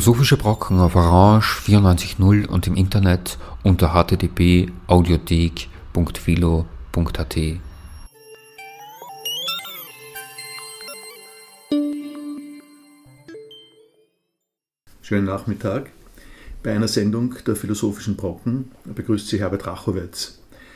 Philosophische Brocken auf Orange 94.0 und im Internet unter http://audiothek.philo.at. Schönen Nachmittag. Bei einer Sendung der Philosophischen Brocken begrüßt Sie Herbert Rachowitz.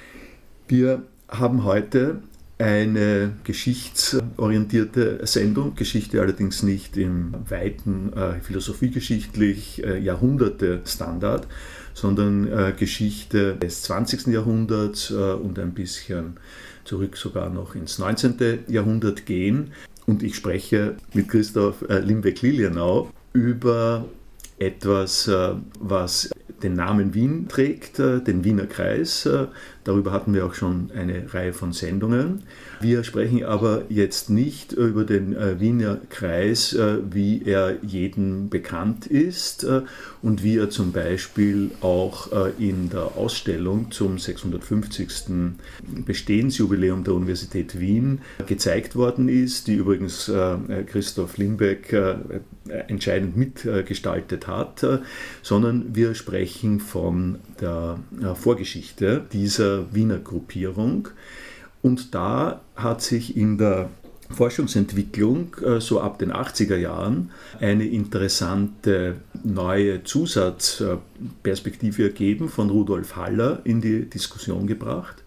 Wir haben heute eine geschichtsorientierte Sendung, Geschichte allerdings nicht im weiten philosophiegeschichtlich Jahrhunderte-Standard, sondern Geschichte des 20. Jahrhunderts und ein bisschen zurück sogar noch ins 19. Jahrhundert gehen. Und ich spreche mit Christoph Limbeck-Lilienau über etwas, was den Namen Wien trägt, den Wiener Kreis. Darüber hatten wir auch schon eine Reihe von Sendungen. Wir sprechen aber jetzt nicht über den Wiener Kreis, wie er jedem bekannt ist und wie er zum Beispiel auch in der Ausstellung zum 650. Bestehensjubiläum der Universität Wien gezeigt worden ist, die übrigens Christoph Limbeck entscheidend mitgestaltet hat, sondern wir sprechen von der Vorgeschichte dieser Wiener Gruppierung. Und da hat sich in der Forschungsentwicklung so ab den 80er Jahren eine interessante neue Zusatzperspektive ergeben, von Rudolf Haller in die Diskussion gebracht.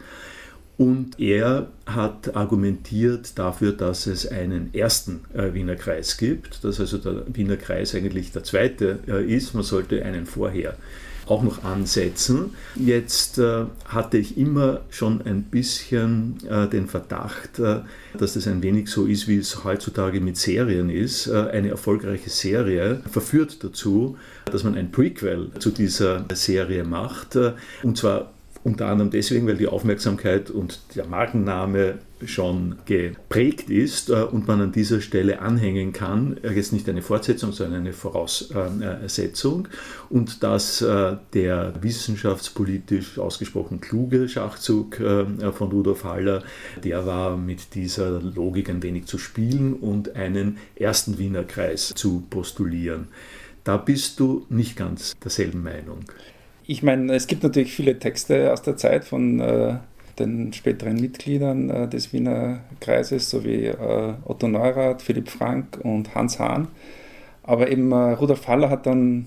Und er hat argumentiert dafür, dass es einen ersten Wiener Kreis gibt, dass also der Wiener Kreis eigentlich der zweite ist. Man sollte einen vorher auch noch ansetzen. Jetzt hatte ich immer schon ein bisschen den Verdacht, dass das ein wenig so ist, wie es heutzutage mit Serien ist. Eine erfolgreiche Serie verführt dazu, dass man ein Prequel zu dieser Serie macht. Und zwar unter anderem deswegen, weil die Aufmerksamkeit und der Markenname schon geprägt ist und man an dieser Stelle anhängen kann, jetzt nicht eine Fortsetzung, sondern eine Voraussetzung, und dass der wissenschaftspolitisch ausgesprochen kluge Schachzug von Rudolf Haller, der war, mit dieser Logik ein wenig zu spielen und einen ersten Wiener Kreis zu postulieren. Da bist du nicht ganz derselben Meinung. Ich meine, es gibt natürlich viele Texte aus der Zeit von den späteren Mitgliedern des Wiener Kreises, so wie Otto Neurath, Philipp Frank und Hans Hahn. Aber eben Rudolf Haller hat dann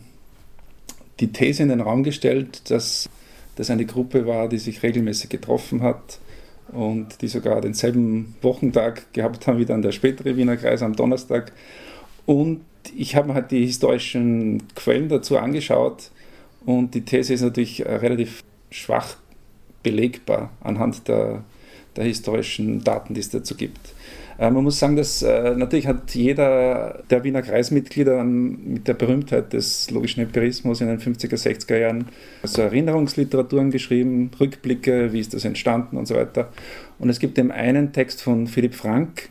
die These in den Raum gestellt, dass das eine Gruppe war, die sich regelmäßig getroffen hat und die sogar denselben Wochentag gehabt haben wie dann der spätere Wiener Kreis am Donnerstag. Und ich habe mir halt die historischen Quellen dazu angeschaut. Und die These ist natürlich relativ schwach belegbar anhand der historischen Daten, die es dazu gibt. Man muss sagen, dass natürlich hat jeder der Wiener Kreismitglieder mit der Berühmtheit des logischen Empirismus in den 50er, 60er Jahren so Erinnerungsliteraturen geschrieben, Rückblicke, wie ist das entstanden und so weiter. Und es gibt eben einen Text von Philipp Frank,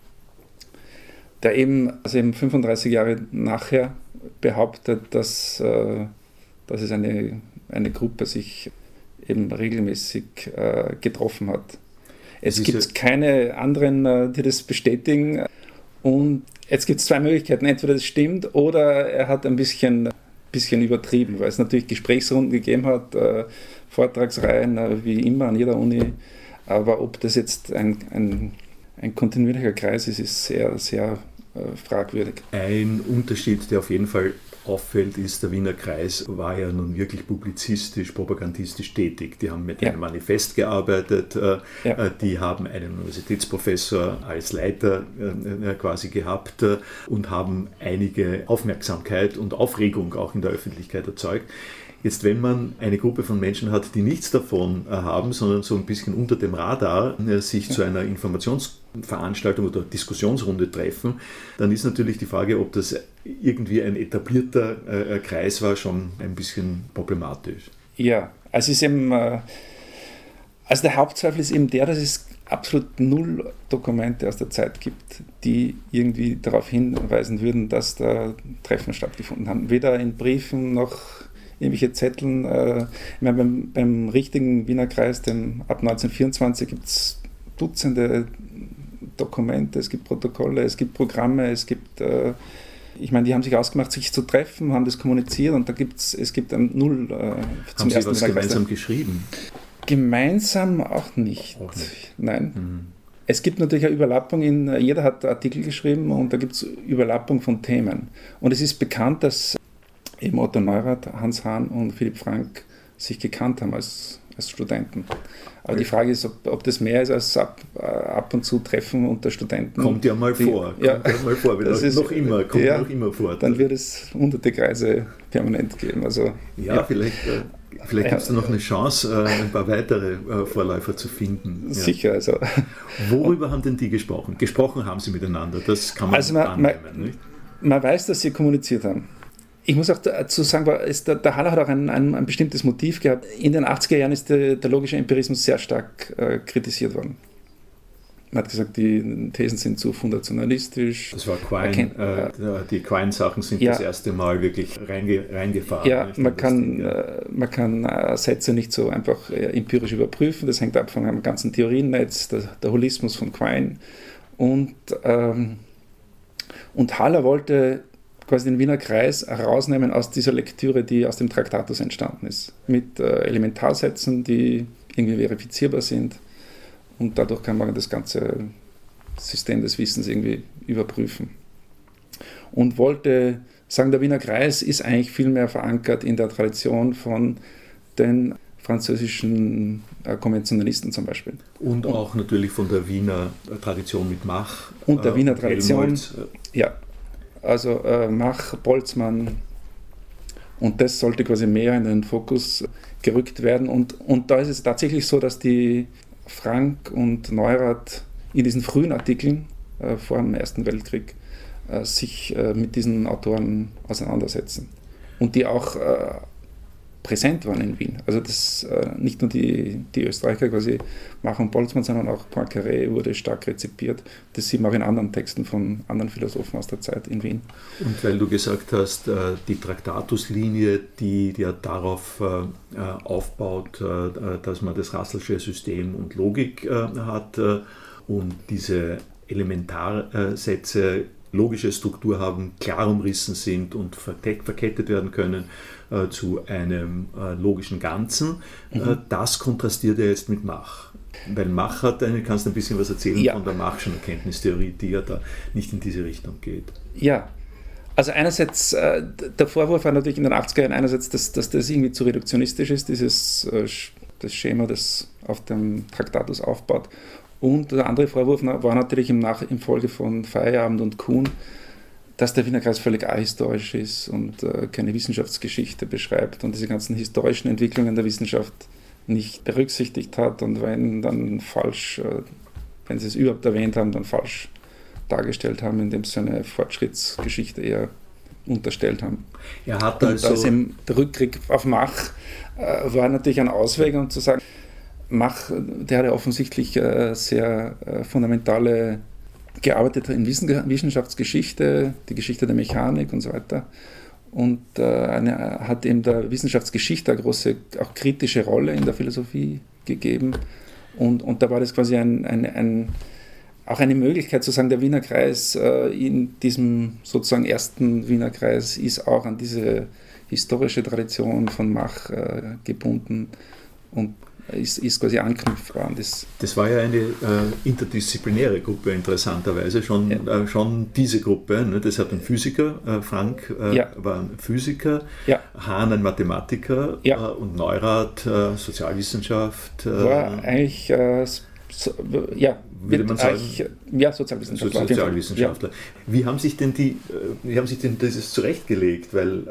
der eben 35 Jahre nachher behauptet, dass es eine Gruppe sich eben regelmäßig getroffen hat. Es gibt keine anderen, die das bestätigen. Und jetzt gibt es zwei Möglichkeiten. Entweder das stimmt oder er hat ein bisschen übertrieben, weil es natürlich Gesprächsrunden gegeben hat, Vortragsreihen, wie immer an jeder Uni. Aber ob das jetzt ein kontinuierlicher Kreis ist, ist sehr, sehr fragwürdig. Ein Unterschied, der auf jeden Fall auffällt, ist, der Wiener Kreis war ja nun wirklich publizistisch, propagandistisch tätig. Die haben mit einem Manifest gearbeitet, die haben einen Universitätsprofessor als Leiter quasi gehabt und haben einige Aufmerksamkeit und Aufregung auch in der Öffentlichkeit erzeugt. Jetzt, wenn man eine Gruppe von Menschen hat, die nichts davon haben, sondern so ein bisschen unter dem Radar sich zu einer Informationsveranstaltung oder Diskussionsrunde treffen, dann ist natürlich die Frage, ob das irgendwie ein etablierter Kreis war, schon ein bisschen problematisch. Ja, also der Hauptzweifel ist eben der, dass es absolut null Dokumente aus der Zeit gibt, die irgendwie darauf hinweisen würden, dass da Treffen stattgefunden haben. Weder in Briefen noch irgendwelche Zetteln. Ich meine, beim richtigen Wiener Kreis, ab 1924, gibt es Dutzende Dokumente, es gibt Protokolle, es gibt Programme, es gibt Ich meine, die haben sich ausgemacht, sich zu treffen, haben das kommuniziert und es gibt ein Null zum ersten Mal. Haben Sie was gemeinsam geschrieben? Gemeinsam auch nicht. Nein. Es gibt natürlich eine Überlappung, jeder hat Artikel geschrieben und da gibt es Überlappung von Themen. Und es ist bekannt, dass eben Otto Neurath, Hans Hahn und Philipp Frank sich gekannt haben als Studenten. Aber die Frage ist, ob das mehr ist als ab und zu Treffen unter Studenten. Kommt ja mal vor. Noch immer vor. Dann wird es hunderte Kreise permanent geben. Also, vielleicht gibt es da noch eine Chance, ein paar weitere Vorläufer zu finden. Ja. Sicher. Also. Worüber haben denn die gesprochen? Gesprochen haben sie miteinander, das kann man annehmen. Nicht? Man weiß, dass sie kommuniziert haben. Ich muss auch dazu sagen, der Haller hat auch ein bestimmtes Motiv gehabt. In den 80er Jahren ist der logische Empirismus sehr stark kritisiert worden. Man hat gesagt, die Thesen sind zu fundationalistisch. Das war Quine. Die Quine-Sachen sind das erste Mal wirklich reingefahren. Ja, man kann Sätze nicht so einfach empirisch überprüfen. Das hängt ab von einem ganzen Theoriennetz, der Holismus von Quine. Und Haller wollte quasi den Wiener Kreis herausnehmen aus dieser Lektüre, die aus dem Traktatus entstanden ist. Mit Elementarsätzen, die irgendwie verifizierbar sind. Und dadurch kann man das ganze System des Wissens irgendwie überprüfen. Und wollte sagen, der Wiener Kreis ist eigentlich viel mehr verankert in der Tradition von den französischen Konventionalisten zum Beispiel. Und auch natürlich von der Wiener Tradition mit Mach. Und der Wiener Tradition, ja. Also Mach, Boltzmann, und das sollte quasi mehr in den Fokus gerückt werden. Und da ist es tatsächlich so, dass die Frank und Neurath in diesen frühen Artikeln vor dem Ersten Weltkrieg sich mit diesen Autoren auseinandersetzen. Und die auch präsent waren in Wien. Also das nicht nur die Österreicher quasi Mach und Boltzmann, sondern auch Poincaré wurde stark rezipiert. Das sieht man auch in anderen Texten von anderen Philosophen aus der Zeit in Wien. Und weil du gesagt hast, die Traktatuslinie, die ja darauf aufbaut, dass man das Russellsche System und Logik hat und diese Elementarsätze logische Struktur haben, klar umrissen sind und verkettet werden können zu einem logischen Ganzen. Das kontrastiert ja jetzt mit Mach. Weil Mach kannst du ein bisschen was erzählen von der Machschen Erkenntnistheorie, die ja da nicht in diese Richtung geht. Ja, also einerseits, der Vorwurf war natürlich in den 80er Jahren einerseits, dass das irgendwie zu reduktionistisch ist, das Schema, das auf dem Traktatus aufbaut. Und der andere Vorwurf war natürlich im Folge von Feierabend und Kuhn, dass der Wiener Kreis völlig ahistorisch ist und keine Wissenschaftsgeschichte beschreibt und diese ganzen historischen Entwicklungen der Wissenschaft nicht berücksichtigt hat und wenn sie es überhaupt erwähnt haben, dann falsch dargestellt haben, indem sie eine Fortschrittsgeschichte eher unterstellt haben. Er hat also und da ist eben der Rückkrieg auf Mach war natürlich ein Ausweg, um zu sagen, Mach, der hat ja offensichtlich sehr fundamentale gearbeitet in Wissenschaftsgeschichte, die Geschichte der Mechanik und so weiter. Und hat eben der Wissenschaftsgeschichte eine große, auch kritische Rolle in der Philosophie gegeben. Und da war das quasi auch eine Möglichkeit zu sagen, der Wiener Kreis in diesem sozusagen ersten Wiener Kreis ist auch an diese historische Tradition von Mach gebunden und ist quasi anknüpfbar an das. Das war ja eine interdisziplinäre Gruppe, interessanterweise, schon diese Gruppe. Ne? Das hat ein Physiker, Frank war ein Physiker, Hahn ein Mathematiker und Neurath Sozialwissenschaft. War eigentlich, würde man sagen, Sozialwissenschaftler. Wie haben sich denn das zurechtgelegt? Weil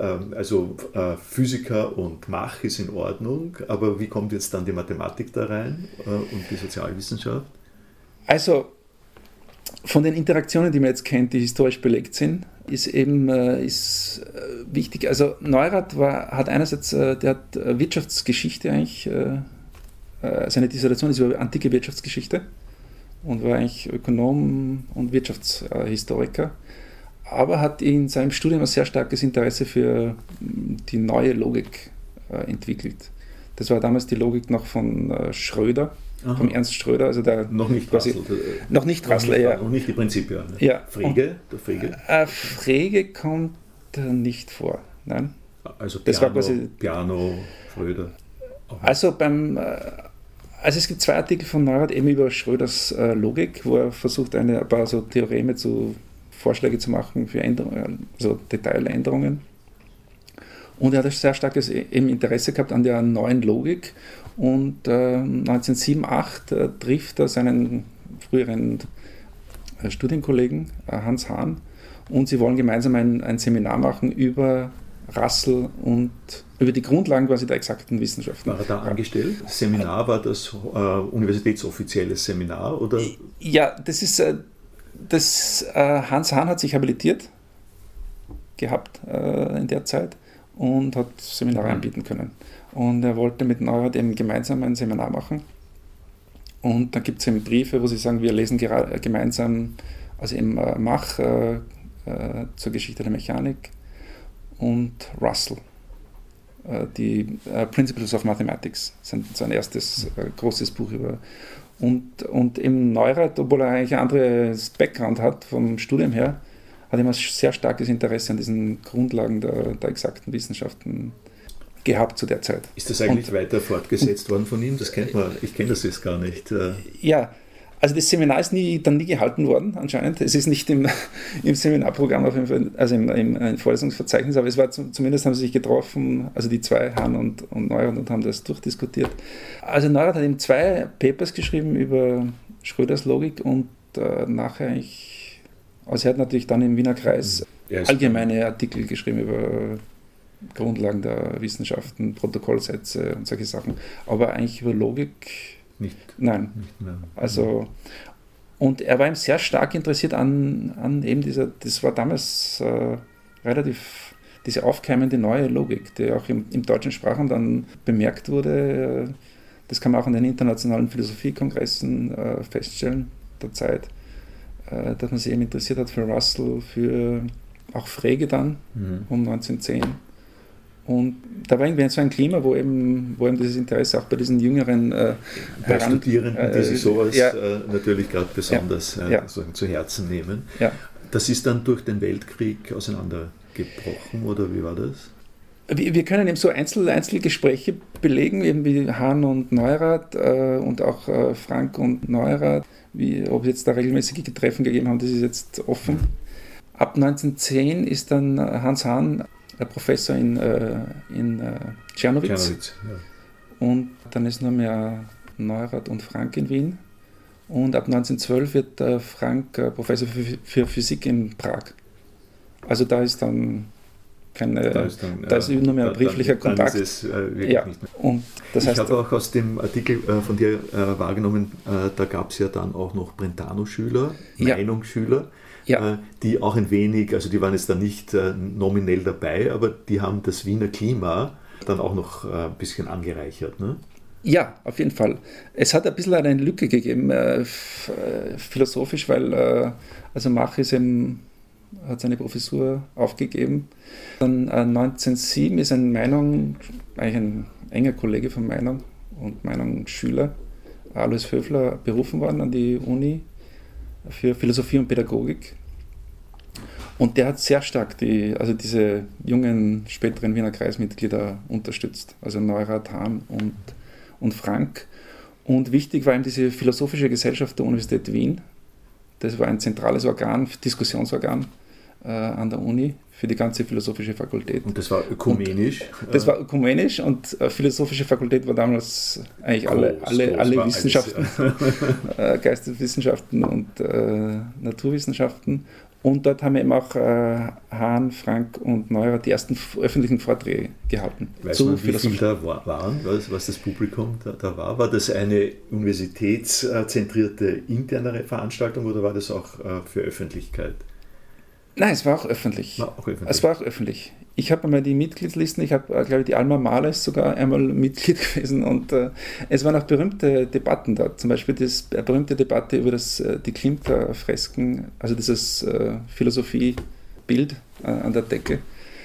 Physiker und Mach ist in Ordnung, aber wie kommt jetzt dann die Mathematik da rein und die Sozialwissenschaft? Also von den Interaktionen, die man jetzt kennt, die historisch belegt sind, ist wichtig. Also Neurath hat einerseits, der hat Wirtschaftsgeschichte eigentlich, seine Dissertation ist über antike Wirtschaftsgeschichte und war eigentlich Ökonom und Wirtschaftshistoriker, aber hat in seinem Studium ein sehr starkes Interesse für die neue Logik entwickelt. Das war damals die Logik noch von Schröder vom Ernst Schröder. Also der noch nicht quasi, Rassel. Noch nicht Rassler, ja. Noch nicht die Prinzipien. Ja. Frege? Frege kommt nicht vor, nein. Also das war quasi, Piano, Schröder. Also es gibt 2 Artikel von Neurath eben über Schröders Logik, wo er versucht, ein paar so Theoreme Vorschläge zu machen für Änderungen, also Detailänderungen. Und er hat ein sehr starkes Interesse gehabt an der neuen Logik. Und 1907, 1908 trifft er seinen früheren Studienkollegen Hans Hahn und sie wollen gemeinsam ein Seminar machen über Russell und über die Grundlagen quasi der exakten Wissenschaften. War er da angestellt? Das Seminar, war das universitätsoffizielles Seminar? Oder? Ja, Hans Hahn hat sich habilitiert gehabt in der Zeit und hat Seminare anbieten können. Und er wollte mit Neurath eben gemeinsam ein Seminar machen. Und dann gibt es eben Briefe, wo sie sagen, wir lesen gemeinsam, also im Mach zur Geschichte der Mechanik und Russell, die Principles of Mathematics, sind sein erstes großes Buch über. Und im Neurath, obwohl er eigentlich ein anderes Background hat vom Studium her, hat er immer sehr starkes Interesse an diesen Grundlagen der exakten Wissenschaften gehabt zu der Zeit. Ist das eigentlich weiter fortgesetzt worden von ihm? Das kennt man, ich kenne das jetzt gar nicht. Ja, also das Seminar ist dann nie gehalten worden anscheinend. Es ist nicht im Seminarprogramm, auf jeden Fall, also im Vorlesungsverzeichnis, aber es war zumindest haben sie sich getroffen, also die 2, Hahn und Neurath, und haben das durchdiskutiert. Also Neurath hat eben 2 Papers geschrieben über Schröders Logik und nachher eigentlich, also er hat natürlich dann im Wiener Kreis allgemeine Artikel geschrieben über Grundlagen der Wissenschaften, Protokollsätze und solche Sachen, aber eigentlich über Logik nicht. Nein. Nicht mehr. Also, und er war ihm sehr stark interessiert an eben das war damals relativ diese aufkeimende neue Logik, die auch im deutschen Sprachraum dann bemerkt wurde. Das kann man auch an den internationalen Philosophiekongressen feststellen der Zeit, dass man sich eben interessiert hat für Russell, für auch Frege dann um 1910. Und da war irgendwie so ein Klima, wo eben dieses Interesse auch bei diesen jüngeren bei Studierenden, die sich sowas natürlich gerade besonders zu Herzen nehmen. Ja. Das ist dann durch den Weltkrieg auseinandergebrochen, oder wie war das? Wir können eben so Einzelgespräche belegen, eben wie Hahn und Neurath und auch Frank und Neurath. Ob es jetzt da regelmäßige Treffen gegeben haben, das ist jetzt offen. Ab 1910 ist dann Hans Hahn Professor in Czernowitz. Und dann ist nur mehr Neurath und Frank in Wien. Und ab 1912 wird Frank Professor für Physik in Prag. Also da ist dann da ist nur mehr ein brieflicher Kontakt. Dann ist es wirklich nicht mehr. Und das heißt, ich habe auch aus dem Artikel von dir wahrgenommen, da gab es ja dann auch noch Brentano-Schüler, Meinungsschüler, die auch ein wenig, also die waren jetzt da nicht nominell dabei, aber die haben das Wiener Klima dann auch noch ein bisschen angereichert, ne? Ja, auf jeden Fall. Es hat ein bisschen eine Lücke gegeben, philosophisch, weil also Mach hat seine Professur aufgegeben. Dann 1907 ist eigentlich ein enger Kollege von Meinung und Meinungsschüler, Alois Höfler, berufen worden an die Uni für Philosophie und Pädagogik. Und der hat sehr stark diese jungen, späteren Wiener Kreismitglieder unterstützt, also Neurath, Hahn und Frank. Und wichtig war ihm diese Philosophische Gesellschaft der Universität Wien. Das war ein zentrales Organ, Diskussionsorgan an der Uni für die ganze philosophische Fakultät. Und das war ökumenisch? Das war ökumenisch und philosophische Fakultät war damals eigentlich alle Wissenschaften, Geisteswissenschaften und Naturwissenschaften. Und dort haben eben auch Hahn, Frank und Neurath die ersten öffentlichen Vorträge gehalten. Weiß man, wie viele da waren, was das Publikum da war? War das eine universitätszentrierte interne Veranstaltung oder war das auch für Öffentlichkeit? Nein, es war auch öffentlich. Es war auch öffentlich. Ich habe einmal die Mitgliedslisten, ich habe, glaube ich, die Alma Mahler ist sogar einmal Mitglied gewesen und es waren auch berühmte Debatten da. Zum Beispiel die berühmte Debatte über die Klimt-Fresken, also dieses Philosophiebild an der Decke.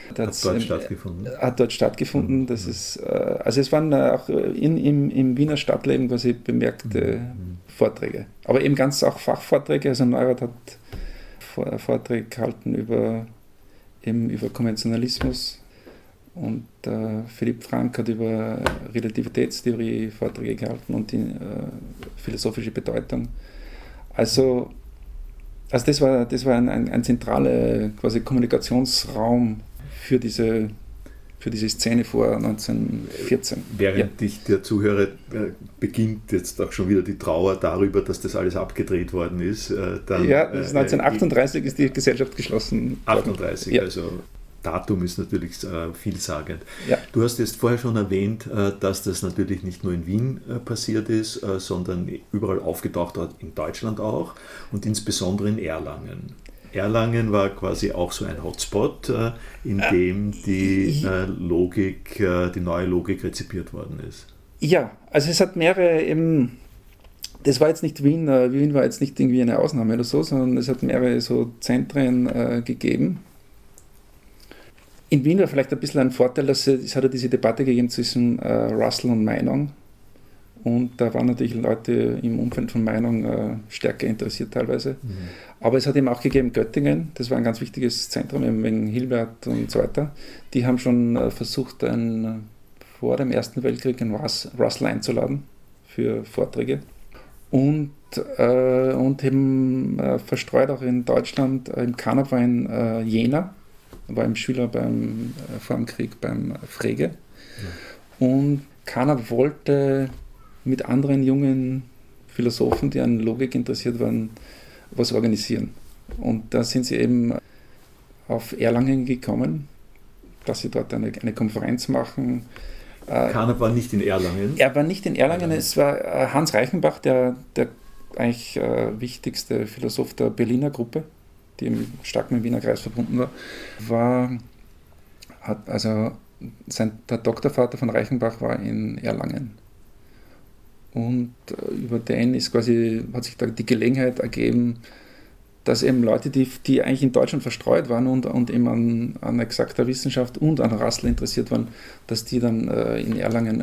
Hat dort stattgefunden. Das ist, also es waren auch im Wiener Stadtleben quasi bemerkte Vorträge. Aber eben ganz auch Fachvorträge. Also Neurath hat Vorträge gehalten über Konventionalismus und Philipp Frank hat über Relativitätstheorie Vorträge gehalten und die philosophische Bedeutung. Also das war ein zentraler quasi Kommunikationsraum für diese Szene vor 1914. Während dich der Zuhörer beginnt jetzt auch schon wieder die Trauer darüber, dass das alles abgedreht worden ist. Das ist 1938 ist die Gesellschaft geschlossen. 38, also Datum ist natürlich vielsagend. Ja. Du hast jetzt vorher schon erwähnt, dass das natürlich nicht nur in Wien passiert ist, sondern überall aufgetaucht hat, in Deutschland auch und insbesondere in Erlangen. Erlangen war quasi auch so ein Hotspot, in dem die neue Logik rezipiert worden ist. Ja, also es hat mehrere das war jetzt nicht Wien, Wien war jetzt nicht irgendwie eine Ausnahme oder so, sondern es hat mehrere so Zentren gegeben. In Wien war vielleicht ein bisschen ein Vorteil, dass es hat ja diese Debatte gegeben zwischen Russell und Meinong. Und da waren natürlich Leute im Umfeld von Meinong stärker interessiert teilweise. Aber es hat eben auch gegeben Göttingen, das war ein ganz wichtiges Zentrum, eben wegen Hilbert und so weiter. Die haben schon versucht, vor dem Ersten Weltkrieg einen Russell einzuladen für Vorträge. Und eben verstreut auch in Deutschland, im Carnap war in Jena, war ein Schüler vor dem Krieg beim Frege. Ja. Und Carnap wollte mit anderen jungen Philosophen, die an Logik interessiert waren, was organisieren. Und da sind sie eben auf Erlangen gekommen, dass sie dort eine Konferenz machen. Carnap war nicht in Erlangen? Er war nicht in Erlangen, es war Hans Reichenbach, der eigentlich wichtigste Philosoph der Berliner Gruppe, die stark mit dem Wiener Kreis verbunden war. Der Doktorvater von Reichenbach war in Erlangen. Und über den hat sich da die Gelegenheit ergeben, dass eben Leute, die eigentlich in Deutschland verstreut waren und eben an exakter Wissenschaft und an Russell interessiert waren, dass die dann in Erlangen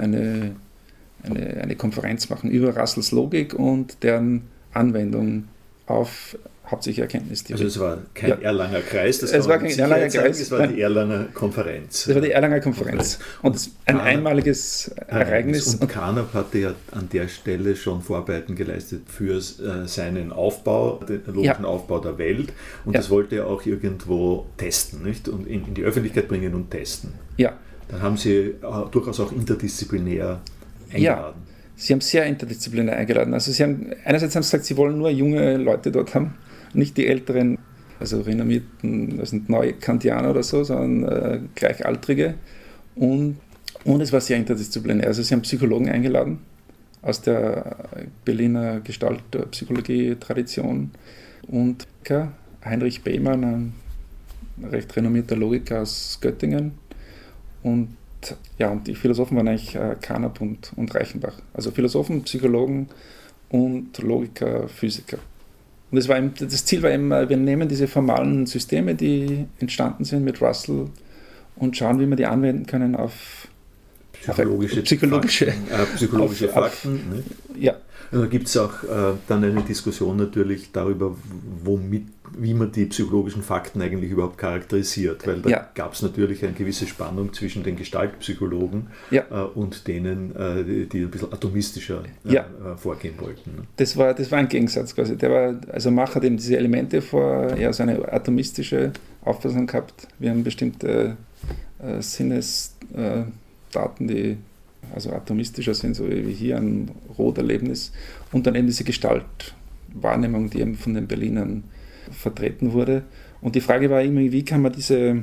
eine Konferenz machen über Russells Logik und deren Anwendung auf hauptsächlich Erkenntnistheorie. Also es war kein Erlanger Kreis, es war kein Erlanger Kreis, es war die Erlanger Konferenz. Das war die Erlanger Konferenz. Und ein einmaliges Ereignis. Und Carnap hatte ja an der Stelle schon Vorarbeiten geleistet für seinen Aufbau, den logischen Aufbau der Welt. Und das wollte er auch irgendwo testen, nicht? Und in die Öffentlichkeit bringen und testen. Ja. Dann haben sie durchaus auch interdisziplinär eingeladen. Ja. Sie haben sehr interdisziplinär eingeladen. Also einerseits haben sie gesagt, sie wollen nur junge Leute dort haben, nicht die älteren, also renommierten, das sind Neukantianer oder so, sondern Gleichaltrige. Und es war sehr interdisziplinär. Also sie haben Psychologen eingeladen aus der Berliner Gestaltpsychologie-Tradition und Heinrich Behmann, ein recht renommierter Logiker aus Göttingen. Und die Philosophen waren eigentlich Carnap und Reichenbach. Also Philosophen, Psychologen und Logiker, Physiker. Und das Ziel war eben, wir nehmen diese formalen Systeme, die entstanden sind mit Russell und schauen, wie wir die anwenden können auf psychologische Fakten. Ja. Da gibt es auch dann eine Diskussion natürlich darüber, wie man die psychologischen Fakten eigentlich überhaupt charakterisiert, weil da gab es natürlich eine gewisse Spannung zwischen den Gestaltpsychologen und denen, die ein bisschen atomistischer vorgehen wollten. Ne? Das war ein Gegensatz quasi. Mach hat eben diese Elemente vor, so eine atomistische Auffassung gehabt. Wir haben bestimmte Sinnesdaten, die also atomistischer sind, so wie hier ein Roterlebnis, und dann eben diese Gestaltwahrnehmung, die eben von den Berlinern vertreten wurde. Und die Frage war immer, wie kann man diese,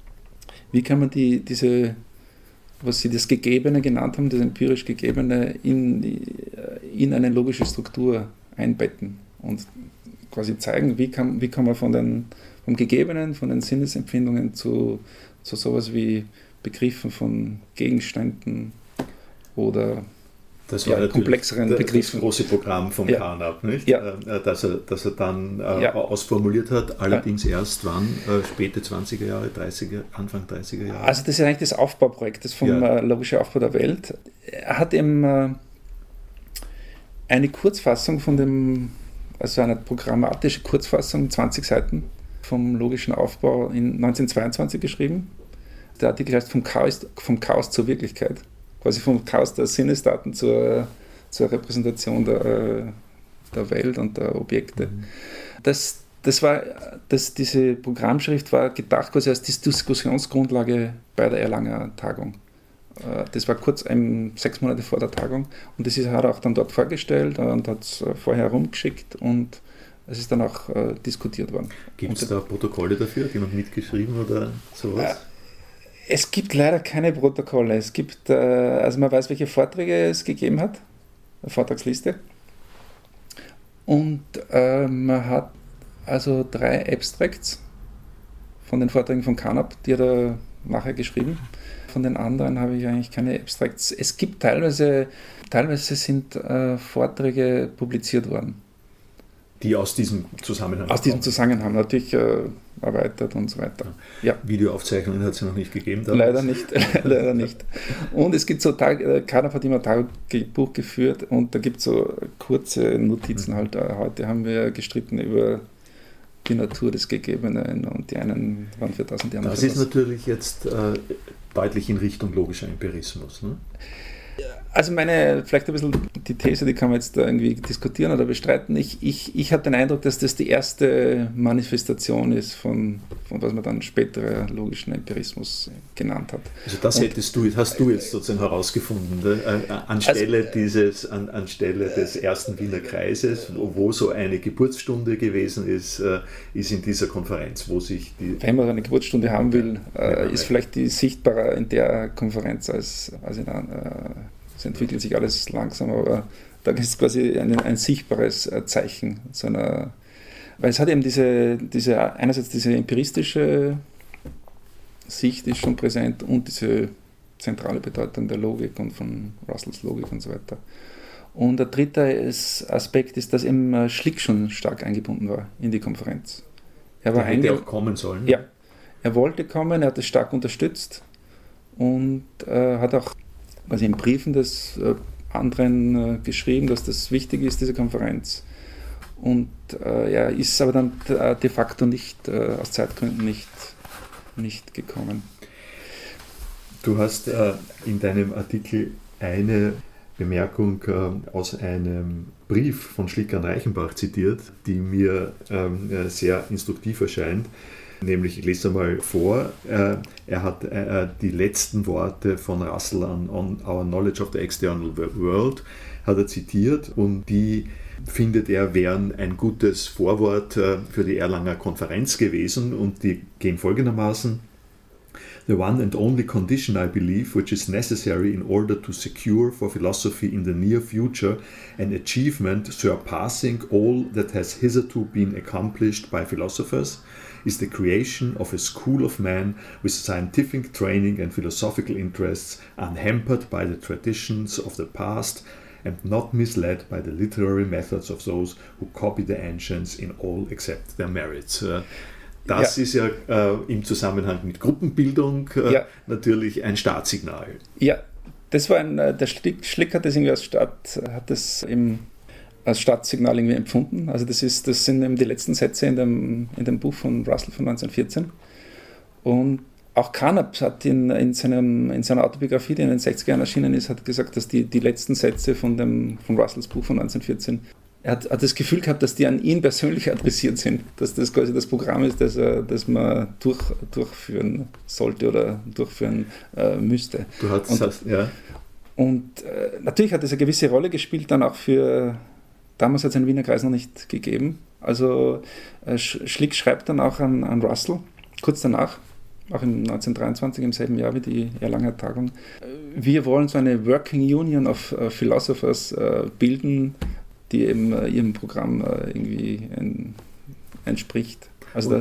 was sie das Gegebene genannt haben, das empirisch Gegebene, in eine logische Struktur einbetten und quasi zeigen, wie kann man vom Gegebenen, von den Sinnesempfindungen zu sowas wie Begriffen von Gegenständen oder Das war komplexeren Begriffen. Das große Programm vom Carnap, nicht? Ja. Dass er dann ausformuliert hat, allerdings erst wann? Späte 20er Jahre, Anfang 30er Jahre? Also das ist eigentlich das Aufbauprojekt, das vom Logische Aufbau der Welt. Er hat eben eine Kurzfassung also eine programmatische Kurzfassung, 20 Seiten, vom logischen Aufbau in 1922 geschrieben. Der Artikel heißt vom Chaos zur Wirklichkeit. Quasi vom Chaos der Sinnesdaten zur Repräsentation der Welt und der Objekte. Diese Programmschrift war gedacht quasi als Diskussionsgrundlage bei der Erlanger Tagung. Das war kurz 6 Monate vor der Tagung und das hat er auch dann dort vorgestellt und hat es vorher herumgeschickt und es ist dann auch diskutiert worden. Gibt es da Protokolle dafür, hat jemand mitgeschrieben oder sowas? Es gibt leider keine Protokolle. Es gibt, also man weiß, welche Vorträge es gegeben hat, eine Vortragsliste. Und man hat also 3 Abstracts von den Vorträgen von Carnap, die hat er nachher geschrieben. Von den anderen habe ich eigentlich keine Abstracts. Es gibt teilweise sind Vorträge publiziert worden. Die aus diesem Zusammenhang diesem Zusammenhang natürlich erweitert und so weiter. Ja. Videoaufzeichnungen hat es ja noch nicht gegeben. Leider nicht. Und es gibt so, Carnap hat immer Tagebuch geführt und da gibt es so kurze Notizen halt. Heute haben wir gestritten über die Natur des Gegebenen und die einen waren für das und die anderen für das. Das ist natürlich jetzt deutlich in Richtung logischer Empirismus, ne? Also vielleicht ein bisschen die These, die kann man jetzt da irgendwie diskutieren oder bestreiten. Ich habe den Eindruck, dass das die erste Manifestation ist von was man dann später logischen Empirismus genannt hat. Also das hast du jetzt sozusagen herausgefunden, ne? Anstelle des ersten Wiener Kreises, wo so eine Geburtsstunde gewesen ist, ist in dieser Konferenz, wo sich wenn man eine Geburtsstunde haben will, ist vielleicht die sichtbarer in der Konferenz als in einer. Es entwickelt sich alles langsam, aber da ist es quasi ein sichtbares Zeichen. Weil es hat eben einerseits diese empiristische Sicht ist schon präsent und diese zentrale Bedeutung der Logik und von Russells Logik und so weiter. Und der dritte Aspekt ist, dass eben Schlick schon stark eingebunden war in die Konferenz. Er hätte auch kommen sollen. Ja, er wollte kommen, er hat es stark unterstützt und hat auch quasi in Briefen des anderen geschrieben, dass das wichtig ist, diese Konferenz. Und er ist aber dann de facto aus Zeitgründen nicht gekommen. Du hast in deinem Artikel eine Bemerkung aus einem Brief von Schlick an Reichenbach zitiert, die mir sehr instruktiv erscheint. Nämlich, ich lese einmal vor, er hat die letzten Worte von Russell on Our Knowledge of the External World hat er zitiert und die findet er wären ein gutes Vorwort für die Erlanger Konferenz gewesen und die gehen folgendermaßen: The one and only condition, I believe, which is necessary in order to secure for philosophy in the near future an achievement surpassing all that has hitherto been accomplished by philosophers, is the creation of a school of men with scientific training and philosophical interests, unhampered by the traditions of the past and not misled by the literary methods of those who copy the ancients in all except their merits. Das ist ja im Zusammenhang mit Gruppenbildung natürlich ein Startsignal. Ja, das war der Schlick hat das irgendwie als Startsignal irgendwie empfunden. Also das sind eben die letzten Sätze in dem Buch von Russell von 1914. Und auch Carnap hat in seiner Autobiografie, die in den 60er Jahren erschienen ist, hat gesagt, dass die letzten Sätze von Russells Buch von 1914, er hat das Gefühl gehabt, dass die an ihn persönlich adressiert sind, dass das quasi das Programm ist, das man durchführen sollte oder durchführen müsste. Und natürlich hat das eine gewisse Rolle gespielt, dann auch damals hat es einen Wiener Kreis noch nicht gegeben. Also Schlick schreibt dann auch an Russell, kurz danach, auch im 1923, im selben Jahr wie die Erlanger Tagung. Wir wollen so eine Working Union of Philosophers bilden, die eben ihrem Programm irgendwie entspricht. Also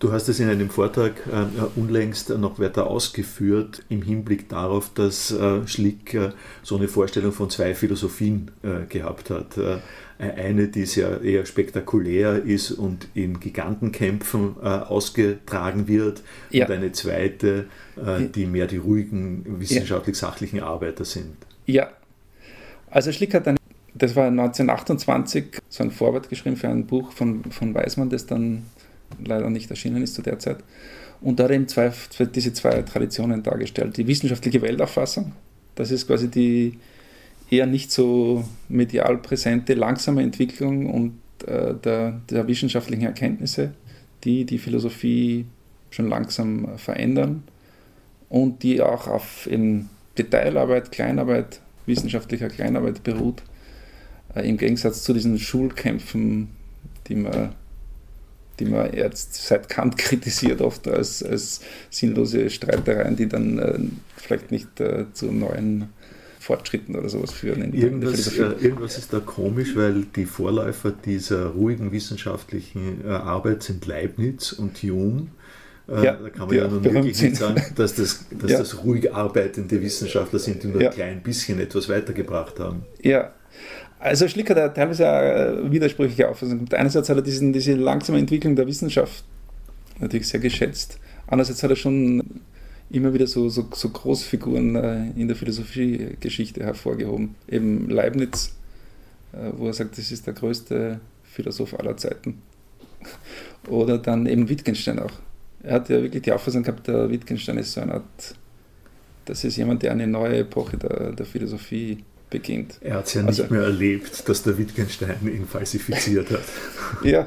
Du hast es in einem Vortrag unlängst noch weiter ausgeführt im Hinblick darauf, dass Schlick so eine Vorstellung von zwei Philosophien gehabt hat. Eine, die sehr eher spektakulär ist und in Gigantenkämpfen ausgetragen wird, und eine zweite, die mehr die ruhigen, wissenschaftlich-sachlichen Arbeiter sind. Ja, also Schlick hat das war 1928, so ein Vorwort geschrieben für ein Buch von Weismann, das dann leider nicht erschienen ist zu der Zeit. Und da hat er eben diese zwei Traditionen dargestellt. Die wissenschaftliche Weltauffassung, das ist quasi die eher nicht so medial präsente, langsame Entwicklung und der wissenschaftlichen Erkenntnisse, die Philosophie schon langsam verändern und die auch auf in Detailarbeit, Kleinarbeit, wissenschaftlicher Kleinarbeit beruht, im Gegensatz zu diesen Schulkämpfen, die man jetzt seit Kant kritisiert, oft als sinnlose Streitereien, die dann vielleicht nicht zu neuen Fortschritten oder sowas führen. Irgendwas ist da komisch, weil die Vorläufer dieser ruhigen wissenschaftlichen Arbeit sind Leibniz und Hume. Da kann man ja nun wirklich nicht sagen, dass das ruhig arbeitende Wissenschaftler sind, die nur ein klein bisschen etwas weitergebracht haben. Ja. Also Schlick hat ja teilweise auch widersprüchliche Auffassungen. Einerseits hat er diese langsame Entwicklung der Wissenschaft natürlich sehr geschätzt. Andererseits hat er schon immer wieder so Großfiguren in der Philosophiegeschichte hervorgehoben. Eben Leibniz, wo er sagt, das ist der größte Philosoph aller Zeiten. Oder dann eben Wittgenstein auch. Er hat ja wirklich die Auffassung gehabt, der Wittgenstein ist so eine Art, das ist jemand, der eine neue Epoche der Philosophie beginnt. Er hat es ja nicht mehr erlebt, dass der Wittgenstein ihn falsifiziert hat. Ja,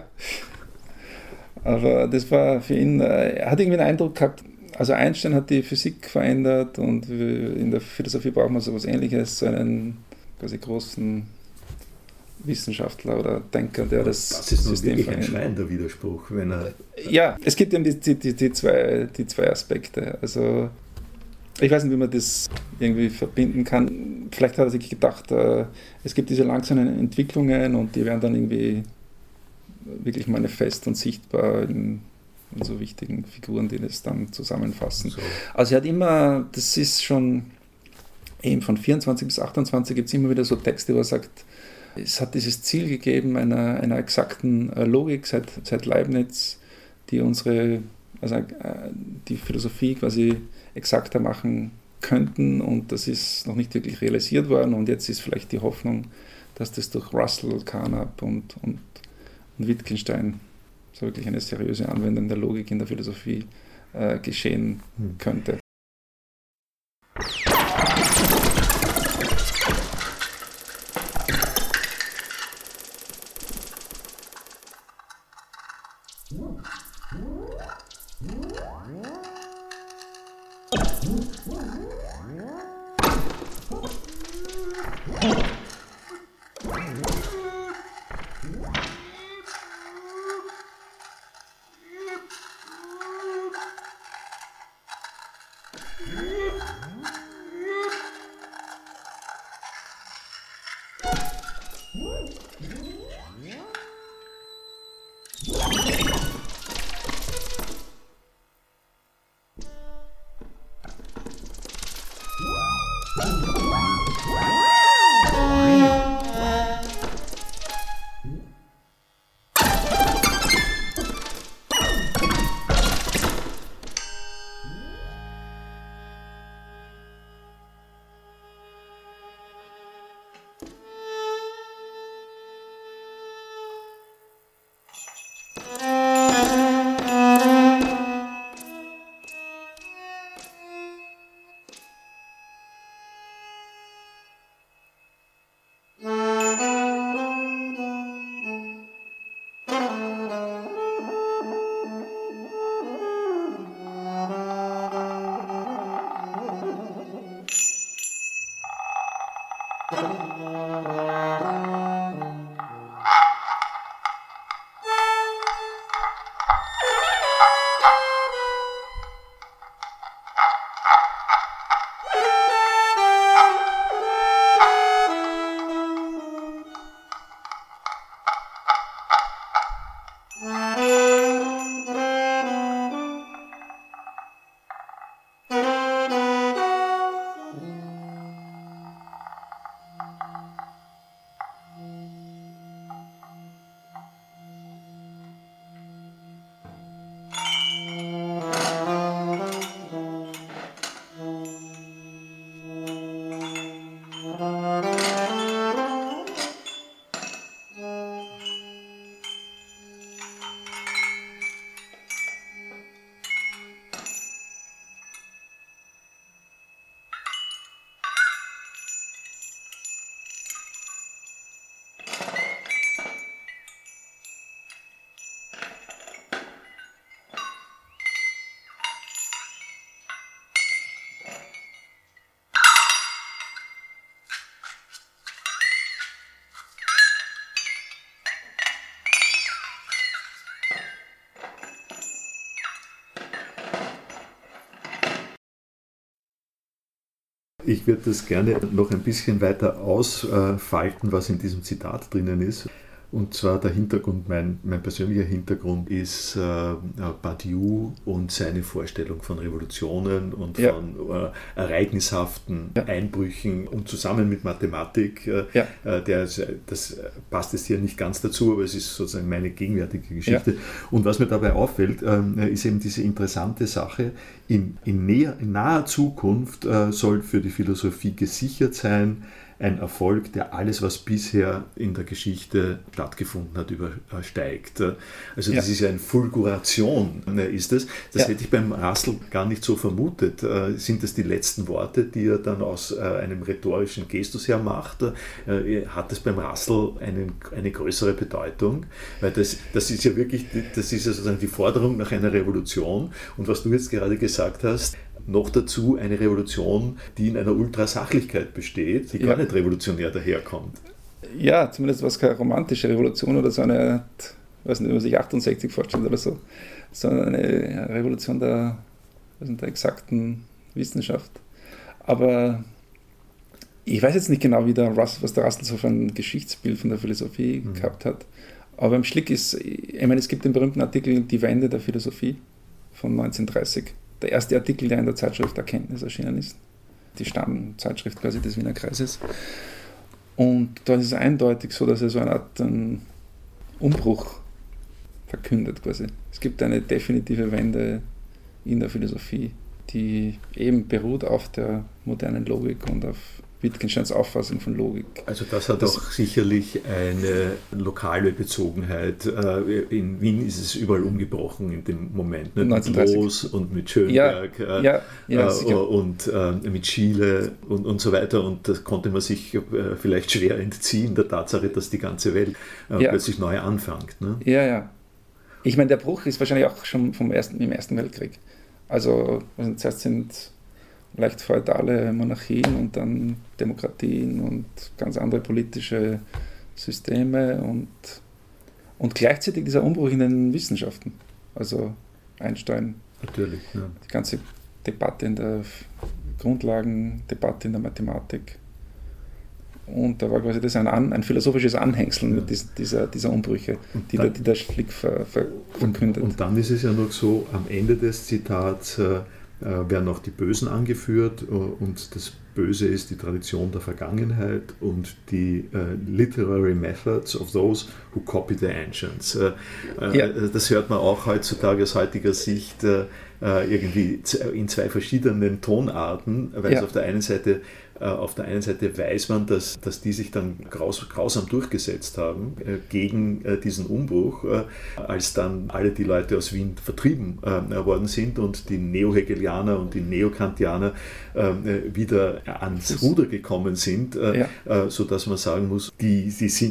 aber das war für ihn, er hat irgendwie den Eindruck gehabt, also Einstein hat die Physik verändert und in der Philosophie braucht man so etwas Ähnliches, so einen quasi großen Wissenschaftler oder Denker, der das System verändert. Das ist ein schreiender Widerspruch, wenn er... Ja, es gibt eben die zwei Aspekte, also ich weiß nicht, wie man das irgendwie verbinden kann. Vielleicht hat er sich gedacht, es gibt diese langsamen Entwicklungen und die werden dann irgendwie wirklich manifest und sichtbar in so wichtigen Figuren, die das dann zusammenfassen. So. Also er hat immer, das ist schon eben von 24 bis 28 gibt es immer wieder so Texte, wo er sagt, es hat dieses Ziel gegeben einer exakten Logik seit Leibniz, die die Philosophie quasi exakter machen könnten, und das ist noch nicht wirklich realisiert worden, und jetzt ist vielleicht die Hoffnung, dass das durch Russell, Carnap und Wittgenstein so wirklich eine seriöse Anwendung der Logik in der Philosophie geschehen könnte. Ich würde das gerne noch ein bisschen weiter ausfalten, was in diesem Zitat drinnen ist. Und zwar der Hintergrund, mein persönlicher Hintergrund ist Badiou und seine Vorstellung von Revolutionen und von ereignishaften Einbrüchen und zusammen mit Mathematik. Das passt jetzt hier nicht ganz dazu, aber es ist sozusagen meine gegenwärtige Geschichte. Ja. Und was mir dabei auffällt, ist eben diese interessante Sache, in naher Zukunft soll für die Philosophie gesichert sein, ein Erfolg, der alles, was bisher in der Geschichte stattgefunden hat, übersteigt. Also das ist ja eine Fulguration, ist es. Das hätte ich beim Russell gar nicht so vermutet. Sind das die letzten Worte, die er dann aus einem rhetorischen Gestus her macht? Hat es beim Russell eine größere Bedeutung? Weil das ist ja wirklich, das ist ja sozusagen die Forderung nach einer Revolution. Und was du jetzt gerade gesagt hast, noch dazu eine Revolution, die in einer Ultrasachlichkeit besteht, die gar nicht revolutionär daherkommt. Ja, zumindest war es keine romantische Revolution oder so eine, ich weiß nicht, wie man sich 68 vorstellt oder so, sondern eine Revolution der exakten Wissenschaft. Aber ich weiß jetzt nicht genau, was der Russell so für ein Geschichtsbild von der Philosophie gehabt hat. Aber im Schlick ist, ich meine, es gibt den berühmten Artikel Die Wende der Philosophie von 1930. Der erste Artikel, der in der Zeitschrift Erkenntnis erschienen ist. Die Stammzeitschrift quasi des Wiener Kreises. Und da ist es eindeutig so, dass er so eine Art Umbruch verkündet quasi. Es gibt eine definitive Wende in der Philosophie, die eben beruht auf der modernen Logik und auf Wittgensteins Auffassung von Logik. Also das hat auch sicherlich eine lokale Bezogenheit. In Wien ist es überall umgebrochen in dem Moment. Ne? Mit Loos und mit Schönberg und mit Schiele und so weiter. Und das konnte man sich vielleicht schwer entziehen, der Tatsache, dass die ganze Welt plötzlich neu anfängt. Ne? Ja. Ich meine, der Bruch ist wahrscheinlich auch schon im Ersten Weltkrieg. Also zuerst sind leicht feudale Monarchien und dann Demokratien und ganz andere politische Systeme und gleichzeitig dieser Umbruch in den Wissenschaften. Also Einstein, natürlich, die ganze Debatte in der Grundlagendebatte in der Mathematik. Und da war quasi das ein philosophisches Anhängsel dieser Umbrüche, die der Schlick verkündet. Und dann ist es ja noch so, am Ende des Zitats werden noch die Bösen angeführt und das Böse ist die Tradition der Vergangenheit und die literary methods of those who copy the ancients. Das hört man auch heutzutage aus heutiger Sicht irgendwie in zwei verschiedenen Tonarten, weil es auf der einen Seite weiß man, dass die sich dann grausam durchgesetzt haben gegen diesen Umbruch, als dann alle die Leute aus Wien vertrieben worden sind und die Neo-Hegelianer und die Neokantianer wieder ans Ruder gekommen sind, sodass man sagen muss, die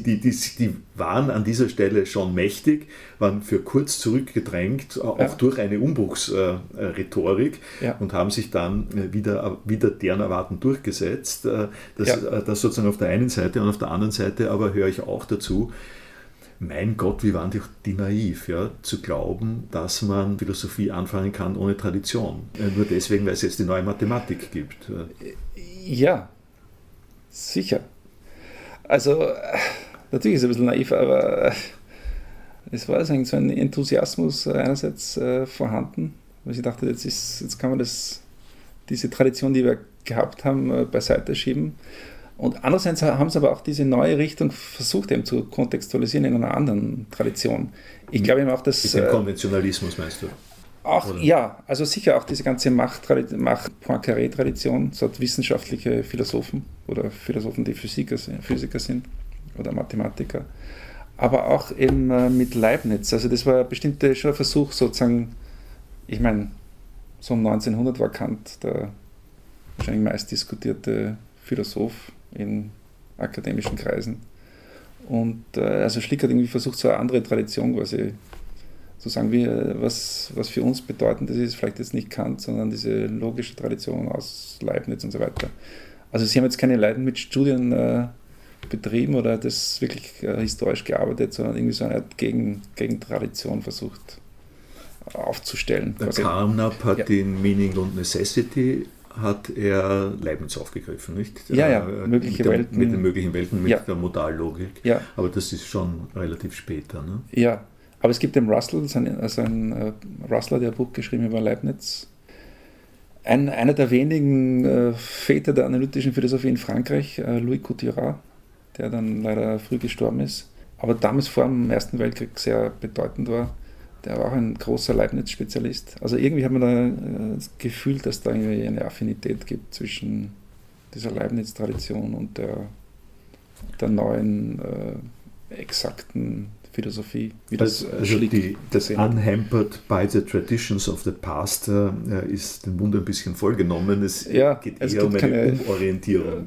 waren an dieser Stelle schon mächtig, waren für kurz zurückgedrängt, auch durch eine Umbruchsrhetorik und haben sich dann wieder deren Erwarten durchgesetzt. Das sozusagen auf der einen Seite, und auf der anderen Seite aber höre ich auch dazu, mein Gott, wie waren die naiv, zu glauben, dass man Philosophie anfangen kann ohne Tradition. Nur deswegen, weil es jetzt die neue Mathematik gibt. Ja, sicher. Also, natürlich ist es ein bisschen naiv, aber es war so ein Enthusiasmus einerseits vorhanden, weil ich dachte, jetzt kann man diese Tradition, die wir gehabt haben, beiseite schieben. Und andererseits haben sie aber auch diese neue Richtung versucht, eben zu kontextualisieren in einer anderen Tradition. Ich glaube eben auch, dass... Mit dem Konventionalismus meinst du? Auch, oder? Ja, also sicher auch diese ganze Macht-Poincaré-Tradition, so hat wissenschaftliche Philosophen oder Philosophen, die Physiker sind oder Mathematiker, aber auch eben mit Leibniz. Also das war bestimmt schon ein Versuch sozusagen, ich meine, so um 1900 war Kant der wahrscheinlich meist diskutierte Philosoph in akademischen Kreisen. Und also Schlick hat irgendwie versucht, so eine andere Tradition quasi zu sagen, was für uns bedeutend ist, vielleicht jetzt nicht Kant, sondern diese logische Tradition aus Leibniz und so weiter. Also sie haben jetzt keine Leibniz-Studien betrieben oder das wirklich historisch gearbeitet, sondern irgendwie so eine Art Gegentradition versucht aufzustellen. Der Carnap hat den Meaning und Necessity hat er Leibniz aufgegriffen, nicht? Ja, mögliche Welten. Mit den möglichen Welten, mit der Modallogik. Ja. Aber das ist schon relativ später. Ne? Ja, aber es gibt den Russell, Russell, der ein Buch geschrieben über Leibniz. Einer der wenigen Väter der analytischen Philosophie in Frankreich, Louis Couturat, der dann leider früh gestorben ist, aber damals vor dem Ersten Weltkrieg sehr bedeutend war. Der war auch ein großer Leibniz-Spezialist. Also irgendwie hat man da das Gefühl, dass da irgendwie eine Affinität gibt zwischen dieser Leibniz-Tradition und der neuen, exakten Philosophie. Wie das Unhampered by the Traditions of the Past ist dem Mund ein bisschen vollgenommen. Es geht eher um eine Umorientierung.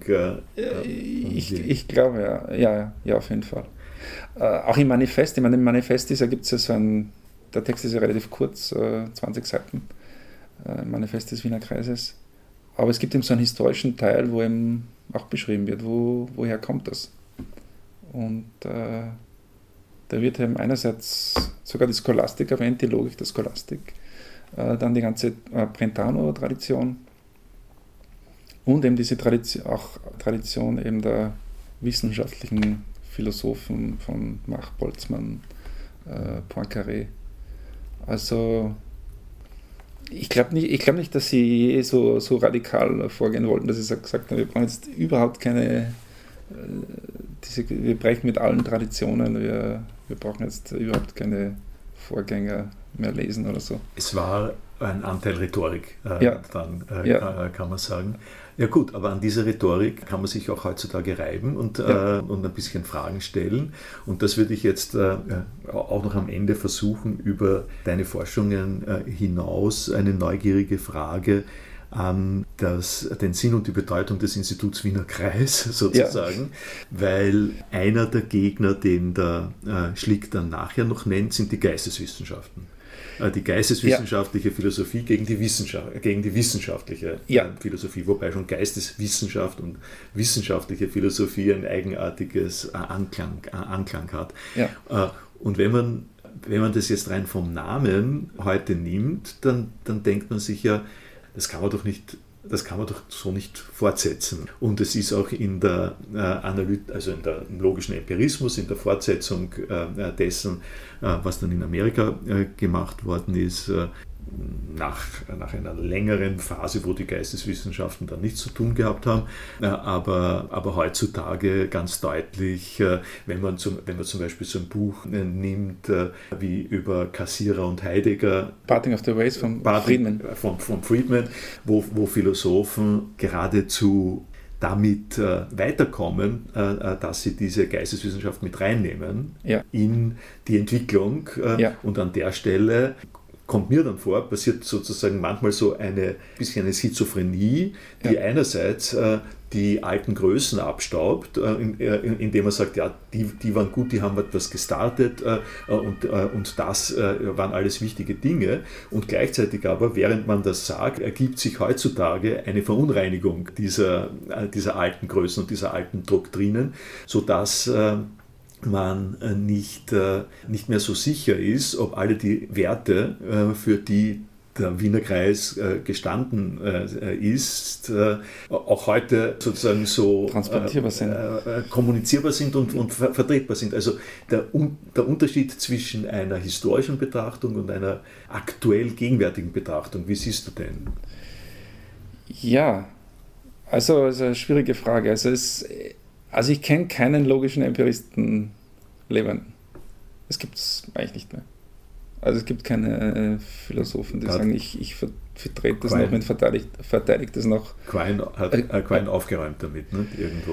Ich glaube, ja, auf jeden Fall. Auch im Manifest, im Manifest gibt es ja so der Text ist ja relativ kurz, 20 Seiten, im Manifest des Wiener Kreises. Aber es gibt eben so einen historischen Teil, wo eben auch beschrieben wird, woher kommt das. Und da wird eben einerseits sogar die Scholastik erwähnt, die Logik der Scholastik, dann die ganze Brentano-Tradition und eben diese Tradition eben der wissenschaftlichen Philosophen von Mach, Boltzmann, Poincaré. Also ich glaube nicht, dass sie so radikal vorgehen wollten, dass sie gesagt haben, wir brauchen jetzt überhaupt keine, wir brechen mit allen Traditionen, wir brauchen jetzt überhaupt keine Vorgänger mehr lesen oder so. Es war ein Anteil Rhetorik, kann man sagen. Ja gut, aber an dieser Rhetorik kann man sich auch heutzutage reiben und ein bisschen Fragen stellen. Und das würde ich jetzt auch noch am Ende versuchen, über deine Forschungen hinaus eine neugierige Frage an den Sinn und die Bedeutung des Instituts Wiener Kreis sozusagen, weil einer der Gegner, den der Schlick dann nachher noch nennt, sind die Geisteswissenschaften. Die geisteswissenschaftliche Philosophie gegen die wissenschaftliche Philosophie, wobei schon Geisteswissenschaft und wissenschaftliche Philosophie ein eigenartiges Anklang hat. Ja. Und wenn man das jetzt rein vom Namen heute nimmt, dann denkt man sich ja, das kann man doch so nicht fortsetzen. Und es ist auch in der im logischen Empirismus, in der Fortsetzung dessen, was dann in Amerika gemacht worden ist, nach einer längeren Phase, wo die Geisteswissenschaften dann nichts zu tun gehabt haben, aber heutzutage ganz deutlich, wenn man zum Beispiel so ein Buch nimmt, wie über Cassirer und Heidegger, Parting of the Ways von Friedman, wo Philosophen geradezu damit weiterkommen, dass sie diese Geisteswissenschaft mit reinnehmen in die Entwicklung und an der Stelle kommt mir dann vor, passiert sozusagen manchmal so eine Schizophrenie, die einerseits die alten Größen abstaubt, indem man sagt, ja, die waren gut, die haben etwas gestartet und das waren alles wichtige Dinge. Und gleichzeitig aber, während man das sagt, ergibt sich heutzutage eine Verunreinigung dieser alten Größen und dieser alten Doktrinen, sodass man nicht mehr so sicher ist, ob alle die Werte, für die der Wiener Kreis gestanden ist, auch heute sozusagen so kommunizierbar sind und vertretbar sind. Also der Unterschied zwischen einer historischen Betrachtung und einer aktuell gegenwärtigen Betrachtung, wie siehst du den? Ja, also ist eine schwierige Frage. Also ich kenne keinen logischen Empiristen lebenden. Das gibt es eigentlich nicht mehr. Also es gibt keine Philosophen, die sagen, ich vertrete das noch und verteidige das noch. Quine aufgeräumt damit, ne? Irgendwo.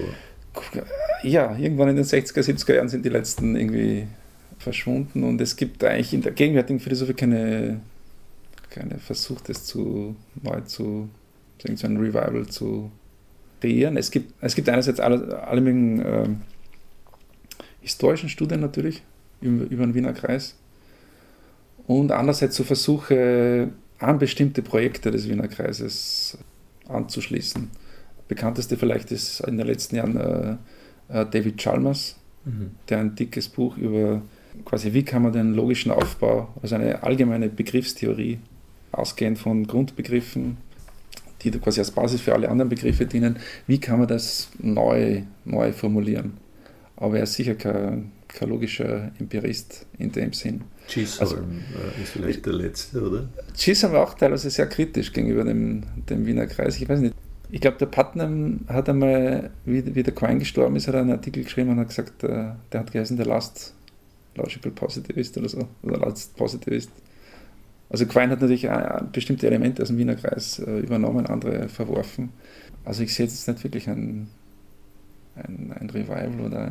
Ja, irgendwann in den 60er, 70er Jahren sind die letzten irgendwie verschwunden und es gibt eigentlich in der gegenwärtigen Philosophie keine Versuch, das neu zu so ein Revival zu kreieren. Es gibt einerseits alle möglichen historischen Studien natürlich über den Wiener Kreis und andererseits so Versuche, an bestimmte Projekte des Wiener Kreises anzuschließen. Bekannteste vielleicht ist in den letzten Jahren David Chalmers, der ein dickes Buch über quasi, wie kann man den logischen Aufbau, also eine allgemeine Begriffstheorie, ausgehend von Grundbegriffen, die da quasi als Basis für alle anderen Begriffe dienen, wie kann man das neu formulieren. Aber er ist sicher kein logischer Empirist in dem Sinn. Chisholm ist vielleicht der Letzte, oder? Chisholm war auch teilweise sehr kritisch gegenüber dem Wiener Kreis. Ich weiß nicht. Ich glaube, der Putnam hat einmal, wie der Quine gestorben ist, hat er einen Artikel geschrieben und hat gesagt, der hat geheißen, der Last Logical Positivist oder so, oder Last Positivist. Also Quine hat natürlich bestimmte Elemente aus dem Wiener Kreis übernommen, andere verworfen. Also ich sehe jetzt nicht wirklich ein Revival oder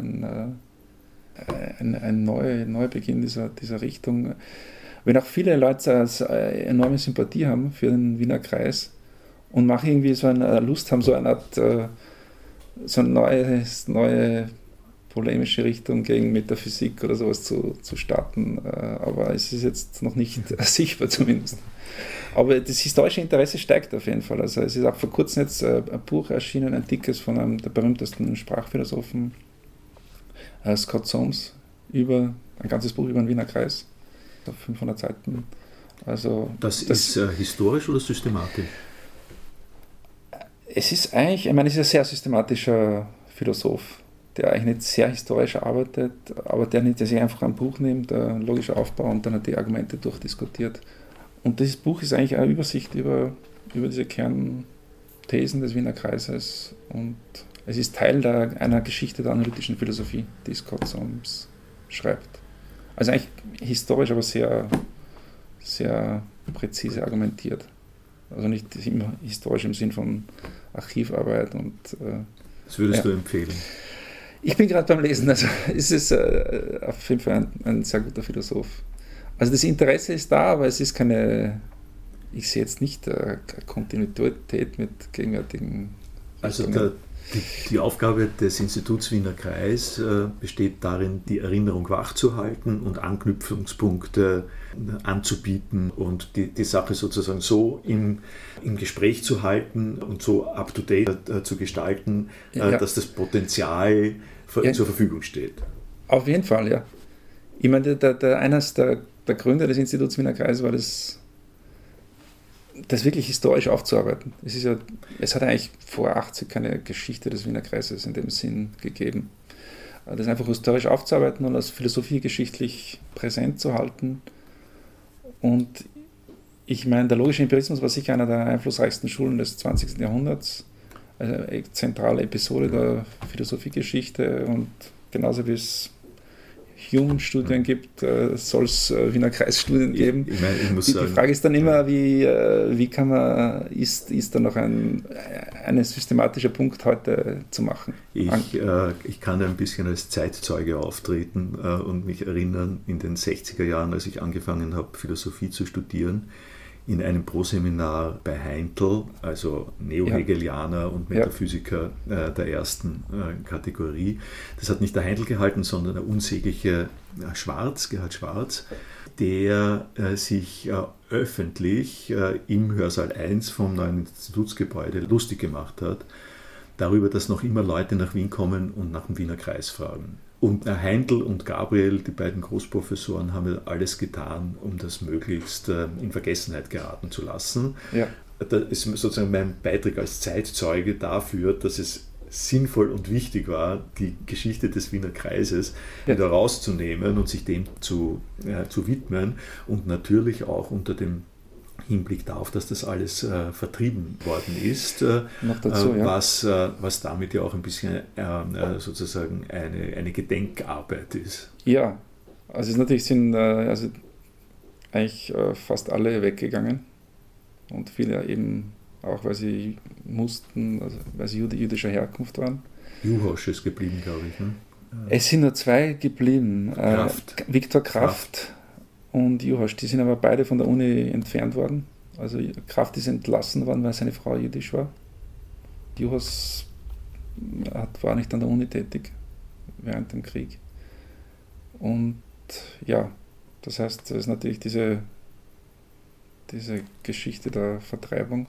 ein Neubeginn dieser Richtung. Wenn auch viele Leute enorme Sympathie haben für den Wiener Kreis und machen irgendwie so eine Lust haben, so eine Art so eine neue polemische Richtung gegen Metaphysik oder sowas zu starten, aber es ist jetzt noch nicht sichtbar zumindest. Aber das historische Interesse steigt auf jeden Fall. Also es ist auch vor kurzem jetzt ein Buch erschienen, ein dickes von einem der berühmtesten Sprachphilosophen, Scott Soames, ein ganzes Buch über den Wiener Kreis, auf 500 Seiten. Also das ist historisch oder systematisch? Es ist eigentlich, ich meine, es ist ein sehr systematischer Philosoph, der eigentlich nicht sehr historisch arbeitet, aber der sich einfach ein Buch nimmt, ein logischer Aufbau und dann die Argumente durchdiskutiert. Und dieses Buch ist eigentlich eine Übersicht über diese Kernthesen des Wiener Kreises und es ist Teil einer Geschichte der analytischen Philosophie, die Scott Soames schreibt. Also eigentlich historisch, aber sehr, sehr präzise argumentiert. Also nicht immer historisch im Sinn von Archivarbeit und... Das würdest du empfehlen? Ich bin gerade beim Lesen, also es ist auf jeden Fall ein sehr guter Philosoph. Also das Interesse ist da, aber es ist ich sehe jetzt nicht eine Kontinuität mit gegenwärtigen... Also die Aufgabe des Instituts Wiener Kreis besteht darin, die Erinnerung wachzuhalten und Anknüpfungspunkte anzubieten und die Sache sozusagen so im Gespräch zu halten und so up-to-date zu gestalten, dass das Potenzial zur Verfügung steht. Auf jeden Fall, ja. Ich meine, eines der Gründer des Instituts Wiener Kreis war das wirklich historisch aufzuarbeiten. Es hat eigentlich vor 80 keine Geschichte des Wiener Kreises in dem Sinn gegeben. Das einfach historisch aufzuarbeiten und als philosophiegeschichtlich präsent zu halten. Und ich meine, der logische Empirismus war sicher einer der einflussreichsten Schulen des 20. Jahrhunderts, also eine zentrale Episode der Philosophiegeschichte und genauso wie es Hume-Studien gibt, soll es Wiener Kreisstudien geben. Die Frage ist dann immer, wie kann man, ist da noch ein systematischer Punkt heute zu machen? Ich kann ein bisschen als Zeitzeuge auftreten und mich erinnern, in den 60er Jahren, als ich angefangen habe, Philosophie zu studieren, in einem Proseminar bei Heintl, also Neo-Hegelianer und Metaphysiker der ersten Kategorie. Das hat nicht der Heintl gehalten, sondern der unsägliche Gerhard Schwarz, der sich öffentlich im Hörsaal 1 vom neuen Institutsgebäude lustig gemacht hat, darüber, dass noch immer Leute nach Wien kommen und nach dem Wiener Kreis fragen. Und Heintl und Gabriel, die beiden Großprofessoren, haben alles getan, um das möglichst in Vergessenheit geraten zu lassen. Ja. Das ist sozusagen mein Beitrag als Zeitzeuge dafür, dass es sinnvoll und wichtig war, die Geschichte des Wiener Kreises wieder rauszunehmen und sich dem zu widmen und natürlich auch unter dem Hinblick darauf, dass das alles vertrieben worden ist, noch dazu, was damit ja auch ein bisschen sozusagen eine Gedenkarbeit ist. Ja, also es natürlich sind eigentlich fast alle weggegangen und viele eben auch, weil sie mussten, also weil sie jüdischer Herkunft waren. Juhosch ist geblieben, glaube ich. Ne? Es sind nur zwei geblieben. Viktor Kraft und Juhosch, die sind aber beide von der Uni entfernt worden. Also Kraft ist entlassen worden, weil seine Frau jüdisch war. Juhosch war nicht an der Uni tätig während dem Krieg. Und ja, das heißt, es ist natürlich diese Geschichte der Vertreibung.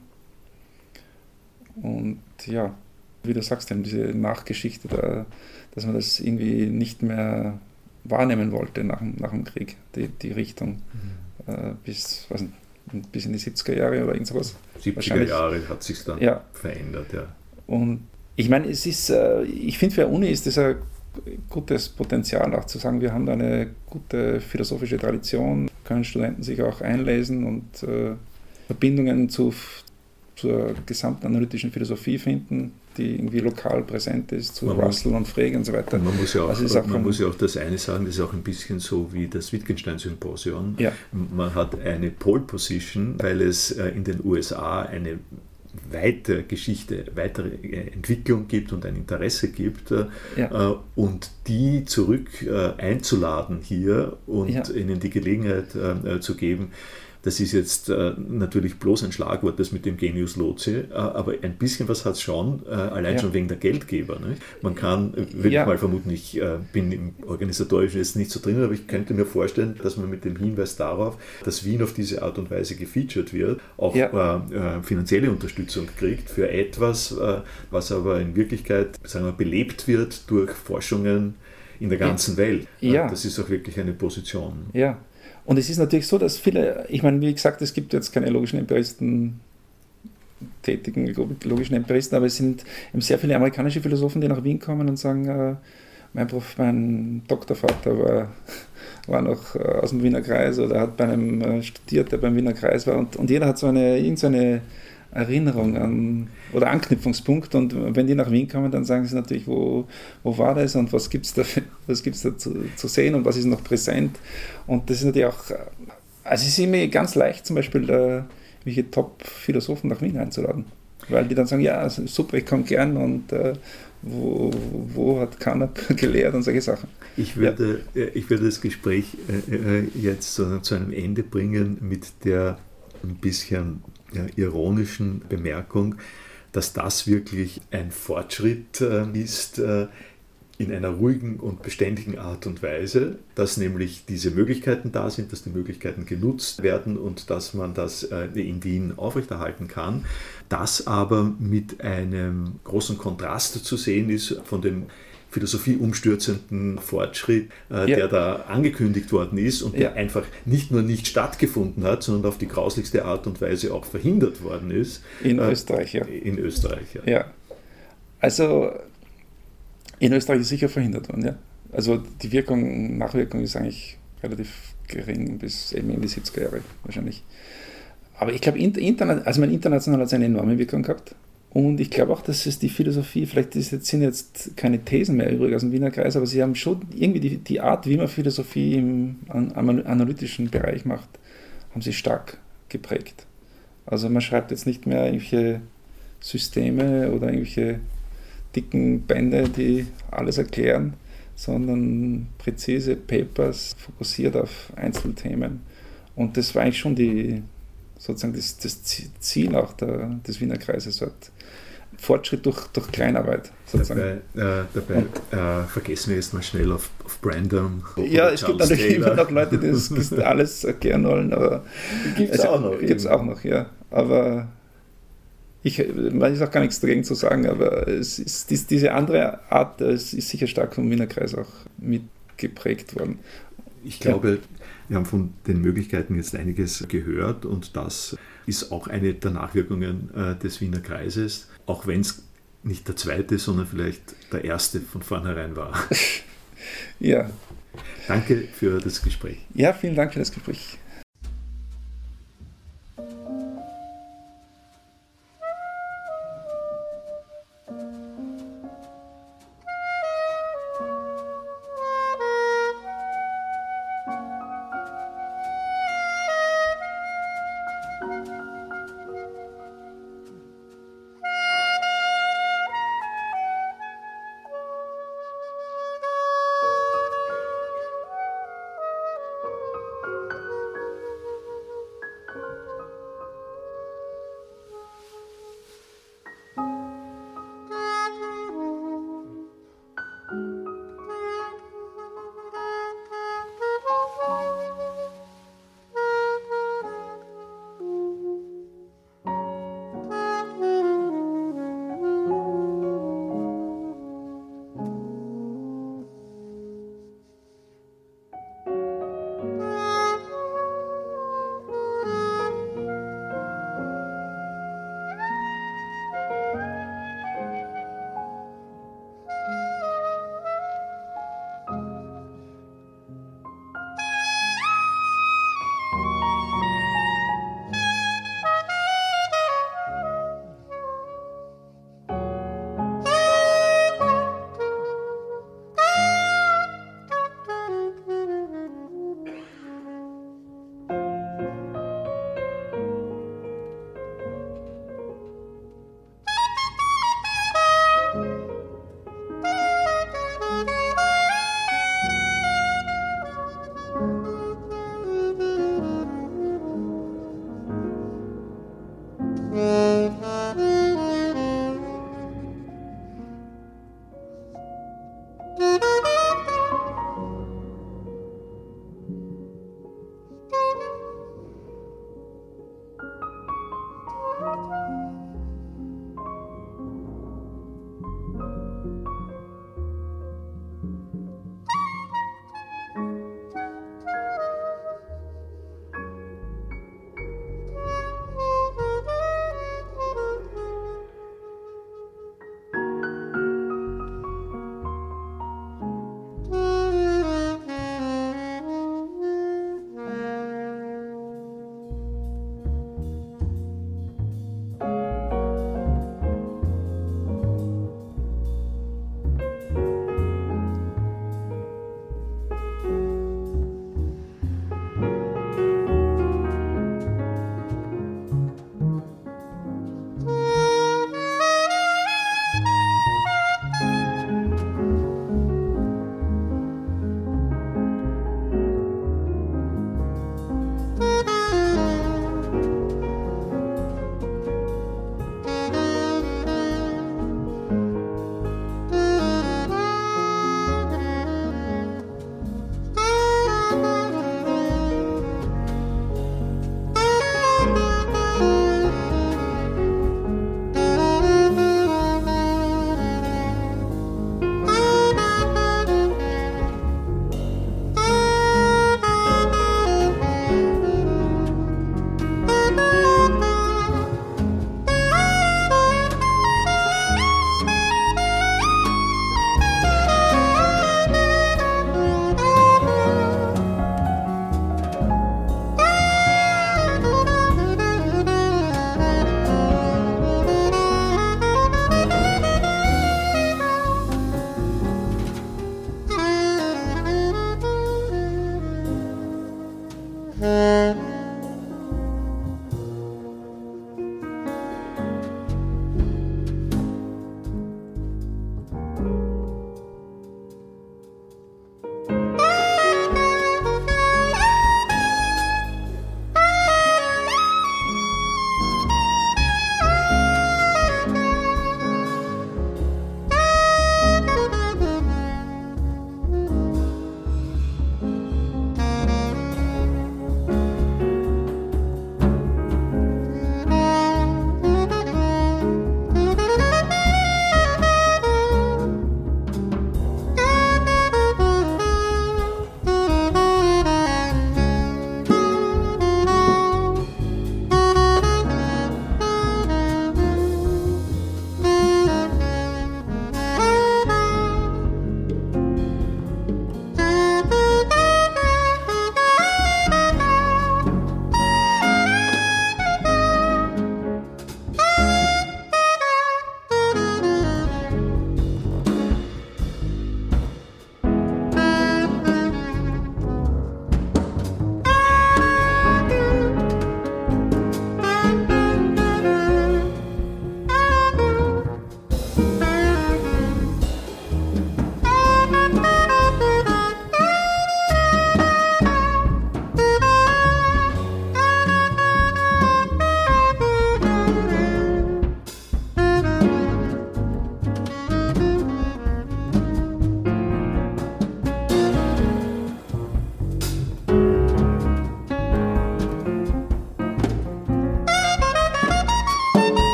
Und ja, wie du sagst, diese Nachgeschichte, dass man das irgendwie nicht mehr wahrnehmen wollte nach dem Krieg, die Richtung bis bis in die 70er Jahre oder irgend sowas. 70er Jahre hat sich dann verändert, ja. Und ich meine, ich finde, für eine Uni ist das ein gutes Potenzial, auch zu sagen, wir haben da eine gute philosophische Tradition, können Studenten sich auch einlesen und Verbindungen zur gesamten analytischen Philosophie finden, die irgendwie lokal präsent ist, zu Russell und Frege und so weiter. Man muss ja auch das eine sagen, das ist auch ein bisschen so wie das Wittgenstein-Symposion. Ja. Man hat eine Pole Position, weil es in den USA eine weitere Entwicklung gibt und ein Interesse gibt, und die zurück einzuladen hier und ihnen die Gelegenheit zu geben. Das ist jetzt natürlich bloß ein Schlagwort, das mit dem Genius Loci, aber ein bisschen was hat es schon, allein schon wegen der Geldgeber. Nicht? Man kann, würde ich mal vermuten, ich bin im Organisatorischen jetzt nicht so drin, aber ich könnte mir vorstellen, dass man mit dem Hinweis darauf, dass Wien auf diese Art und Weise gefeatured wird, auch finanzielle Unterstützung kriegt für etwas, was aber in Wirklichkeit, sagen wir, belebt wird durch Forschungen in der ganzen Welt. Ja. Das ist auch wirklich eine Position. Ja. Und es ist natürlich so, dass viele, ich meine, wie gesagt, es gibt jetzt keine logischen Empiristen, tätigen logischen Empiristen, aber es sind eben sehr viele amerikanische Philosophen, die nach Wien kommen und sagen, mein Doktorvater war noch aus dem Wiener Kreis oder hat bei einem studiert, der beim Wiener Kreis war und jeder hat so eine Erinnerung an oder Anknüpfungspunkt, und wenn die nach Wien kommen, dann sagen sie natürlich, wo war das und was gibt es da zu sehen und was ist noch präsent, und das ist natürlich auch, also es ist immer ganz leicht, zum Beispiel welche Top-Philosophen nach Wien einzuladen, weil die dann sagen, ja, super, ich komme gern, und wo hat Carnap gelehrt und solche Sachen. Ich würde das Gespräch jetzt zu einem Ende bringen mit der ein bisschen ironischen Bemerkung, dass das wirklich ein Fortschritt ist in einer ruhigen und beständigen Art und Weise, dass nämlich diese Möglichkeiten da sind, dass die Möglichkeiten genutzt werden und dass man das in Wien aufrechterhalten kann, das aber mit einem großen Kontrast zu sehen ist von dem philosophieumstürzenden Fortschritt, der da angekündigt worden ist und der einfach nicht nur nicht stattgefunden hat, sondern auf die grauslichste Art und Weise auch verhindert worden ist. In Österreich, ja. In Österreich, ja. Ja. Also in Österreich ist sicher verhindert worden, ja. Also die Nachwirkung ist eigentlich relativ gering, bis eben in die 70er Jahre wahrscheinlich. Aber ich glaube, international hat es eine enorme Wirkung gehabt. Und ich glaube auch, dass es die Philosophie, vielleicht sind jetzt keine Thesen mehr übrig aus dem Wiener Kreis, aber sie haben schon irgendwie die Art, wie man Philosophie im analytischen Bereich macht, haben sie stark geprägt. Also man schreibt jetzt nicht mehr irgendwelche Systeme oder irgendwelche dicken Bände, die alles erklären, sondern präzise Papers, fokussiert auf Einzelthemen. Und das war eigentlich schon sozusagen das Ziel auch des Wiener Kreises, so Fortschritt durch Kleinarbeit. Sozusagen. Dabei vergessen wir jetzt mal schnell auf Brandom. Ja, es gibt natürlich immer noch Leute, die das alles erklären wollen, aber gibt es auch noch. Gibt's auch noch, ja. Aber man ist auch gar nichts dagegen zu sagen, aber es ist diese andere Art, es ist sicher stark vom Wiener Kreis auch mitgeprägt worden. Ich glaube, wir haben von den Möglichkeiten jetzt einiges gehört, und das ist auch eine der Nachwirkungen des Wiener Kreises, auch wenn es nicht der zweite, sondern vielleicht der erste von vornherein war. Ja. Danke für das Gespräch. Ja, vielen Dank für das Gespräch.